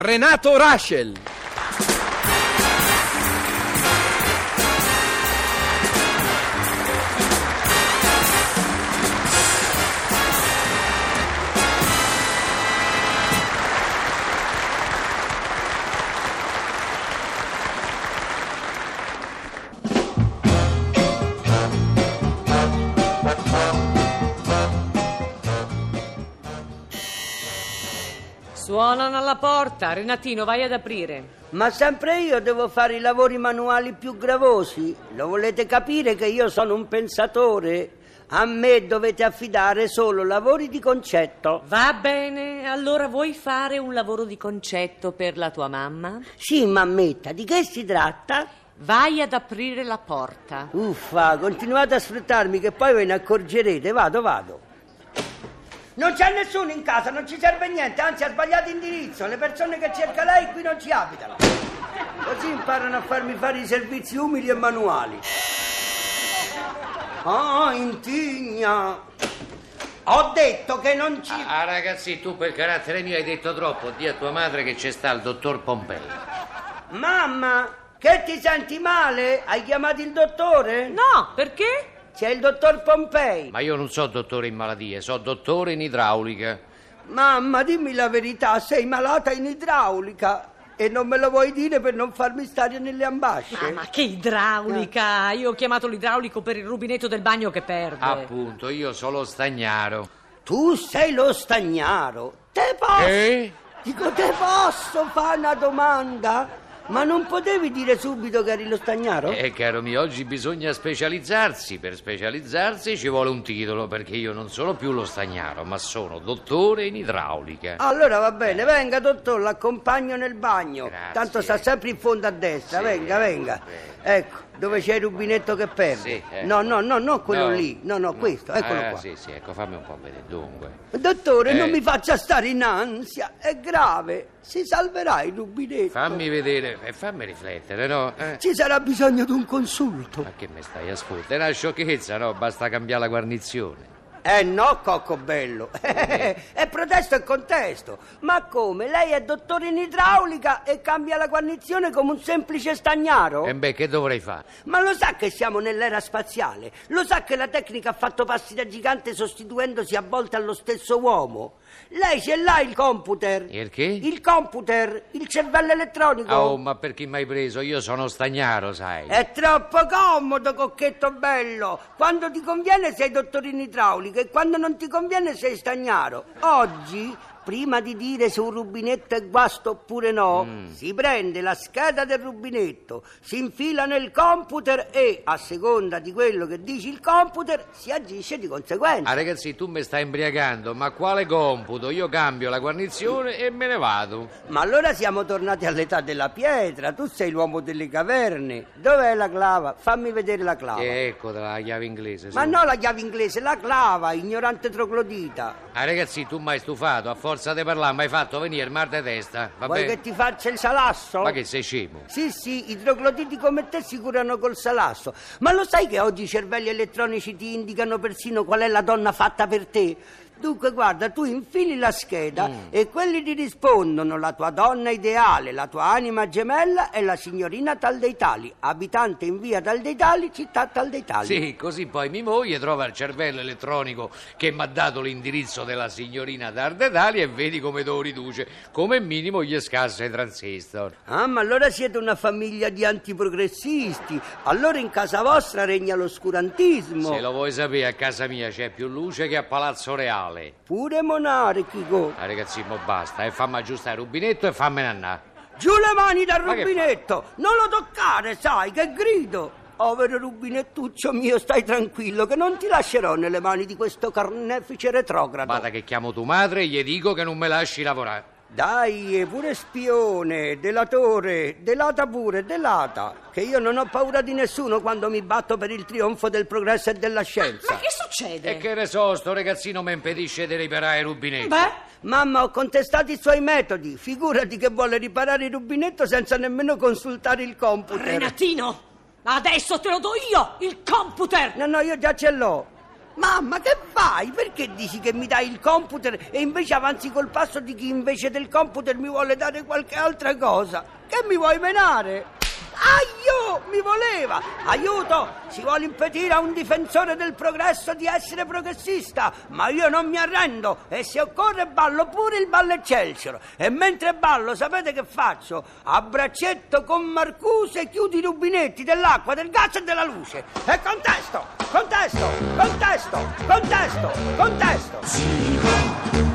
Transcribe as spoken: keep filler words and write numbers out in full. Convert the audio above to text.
Renato Raschel. Suonano alla porta. Renatino, vai ad aprire. Ma sempre io devo fare i lavori manuali più gravosi? Lo volete capire che io sono un pensatore? A me dovete affidare solo lavori di concetto. Va bene, allora vuoi fare un lavoro di concetto per la tua mamma? Sì, mammetta, di che si tratta? Vai ad aprire la porta. Uffa, continuate a sfruttarmi che poi ve ne accorgerete. Vado, vado. Non c'è nessuno in casa, non ci serve niente, anzi ha sbagliato indirizzo. Le persone che cerca lei qui non ci abitano. Così imparano a farmi fare i servizi umili e manuali. Ah, intigna. Ho detto che non ci... Ah, ragazzi, tu per carattere mio hai detto troppo. Dì a tua madre che c'è sta il dottor Pompei. Mamma, che ti senti male? Hai chiamato il dottore? No, perché? C'è il dottor Pompei. Ma io non so dottore in malattie, so dottore in idraulica. Mamma, dimmi la verità, sei malata in idraulica e non me lo vuoi dire per non farmi stare nelle ambasce? Ah, ma che idraulica? Io ho chiamato l'idraulico per il rubinetto del bagno che perde. Appunto, io sono lo stagnaro. Tu sei lo stagnaro. Te posso... Eh? Dico, te posso fare una domanda? Ma non potevi dire subito che eri lo stagnaro? Eh, caro mio, oggi bisogna specializzarsi. Per specializzarsi ci vuole un titolo, perché io non sono più lo stagnaro, ma sono dottore in idraulica. Allora va bene, venga dottore, l'accompagno nel bagno. Grazie. Tanto sta sempre in fondo a destra, Sì, venga, venga. bene. Ecco, dove c'è il rubinetto che perde. Sì, eh. No, no, no, no, quello No. lì. No, no, questo, eccolo ah, qua. sì, sì, ecco, fammi un po' vedere, dunque. Dottore, Eh. non mi faccia stare in ansia, è grave. Si salverà il rubinetto. Fammi vedere e fammi riflettere, no? Eh. Ci sarà bisogno di un consulto. Ma che mi stai a sfruttare? È una sciocchezza, no? Basta cambiare la guarnizione. Eh no, Coccobello, è protesto e contesto. Ma come? Lei è dottore in idraulica e cambia la guarnizione come un semplice stagnaro? E beh, che dovrei fare? Ma lo sa che siamo nell'era spaziale? Lo sa che la tecnica ha fatto passi da gigante sostituendosi a volte allo stesso uomo? Lei ce l'ha il computer? Perché? Il computer, il cervello elettronico. Oh, ma per chi mi hai preso? Io sono stagnaro, sai. È troppo comodo, cocchetto bello. Quando ti conviene sei dottore in idraulica e quando non ti conviene sei stagnaro. Oggi, prima di dire se un rubinetto è guasto oppure no, mm. si prende la scheda del rubinetto, si infila nel computer e, a seconda di quello che dice il computer, si agisce di conseguenza. Ah, ragazzi, tu mi stai imbriagando, ma quale computo? Io cambio la guarnizione e me ne vado. Ma allora siamo tornati all'età della pietra. Tu sei l'uomo delle caverne. Dov'è la clava? Fammi vedere la clava. E ecco la chiave inglese. Ma su. no la chiave inglese, la clava, ignorante troglodita. Ah, ragazzi, tu mi hai stufato, a forza di parlare mi hai fatto venire il mal di testa. Va Vuoi bene? che ti faccia il salasso? Ma che sei scemo? Sì, sì, i trogloditi come te si curano col salasso. Ma lo sai che oggi i cervelli elettronici ti indicano persino qual è la donna fatta per te? Dunque, guarda, tu infili la scheda mm. e quelli ti rispondono: la tua donna ideale, la tua anima gemella è la signorina Tal dei Tali, abitante in via Tal dei Tali, città Tal dei Tali. Sì, così poi mia moglie trova il cervello elettronico che mi ha dato l'indirizzo della signorina Tardetali e vedi come lo riduce. Come minimo gli scassa i transistor. Ah, ma allora siete una famiglia di antiprogressisti. Allora in casa vostra regna l'oscurantismo. Se lo vuoi sapere, a casa mia c'è più luce che a Palazzo Reale. Pure monarchico. Ah, ragazzi, mo basta, e fammi aggiustare il rubinetto e fammene andare. Giù le mani dal Ma che rubinetto! Non lo toccare, sai, che grido! Povero rubinettuccio mio, stai tranquillo, che non ti lascerò nelle mani di questo carnefice retrogrado. Bada che chiamo tu madre e gli dico che non me lasci lavorare. Dai, è pure spione, delatore, delata pure, delata, che io non ho paura di nessuno quando mi batto per il trionfo del progresso e della scienza. Ma che succede? E che ne so, sto ragazzino mi impedisce di riparare il rubinetto. Beh, Mamma, ho contestato i suoi metodi, figurati che vuole riparare il rubinetto senza nemmeno consultare il computer. Renatino, adesso te lo do io, il computer! No, no, io già ce l'ho. Mamma, che fai? Perché dici che mi dai il computer e invece avanzi col passo di chi invece del computer mi vuole dare qualche altra cosa? Che mi vuoi menare? Aio, mi voleva! Aiuto! Si vuole impedire a un difensore del progresso di essere progressista, ma io non mi arrendo e se occorre ballo pure il ballo Excelsior. E mentre ballo, sapete che faccio? A braccetto con Marcuse chiudo i rubinetti dell'acqua, del gas e della luce. E contesto, contesto, contesto, contesto, contesto.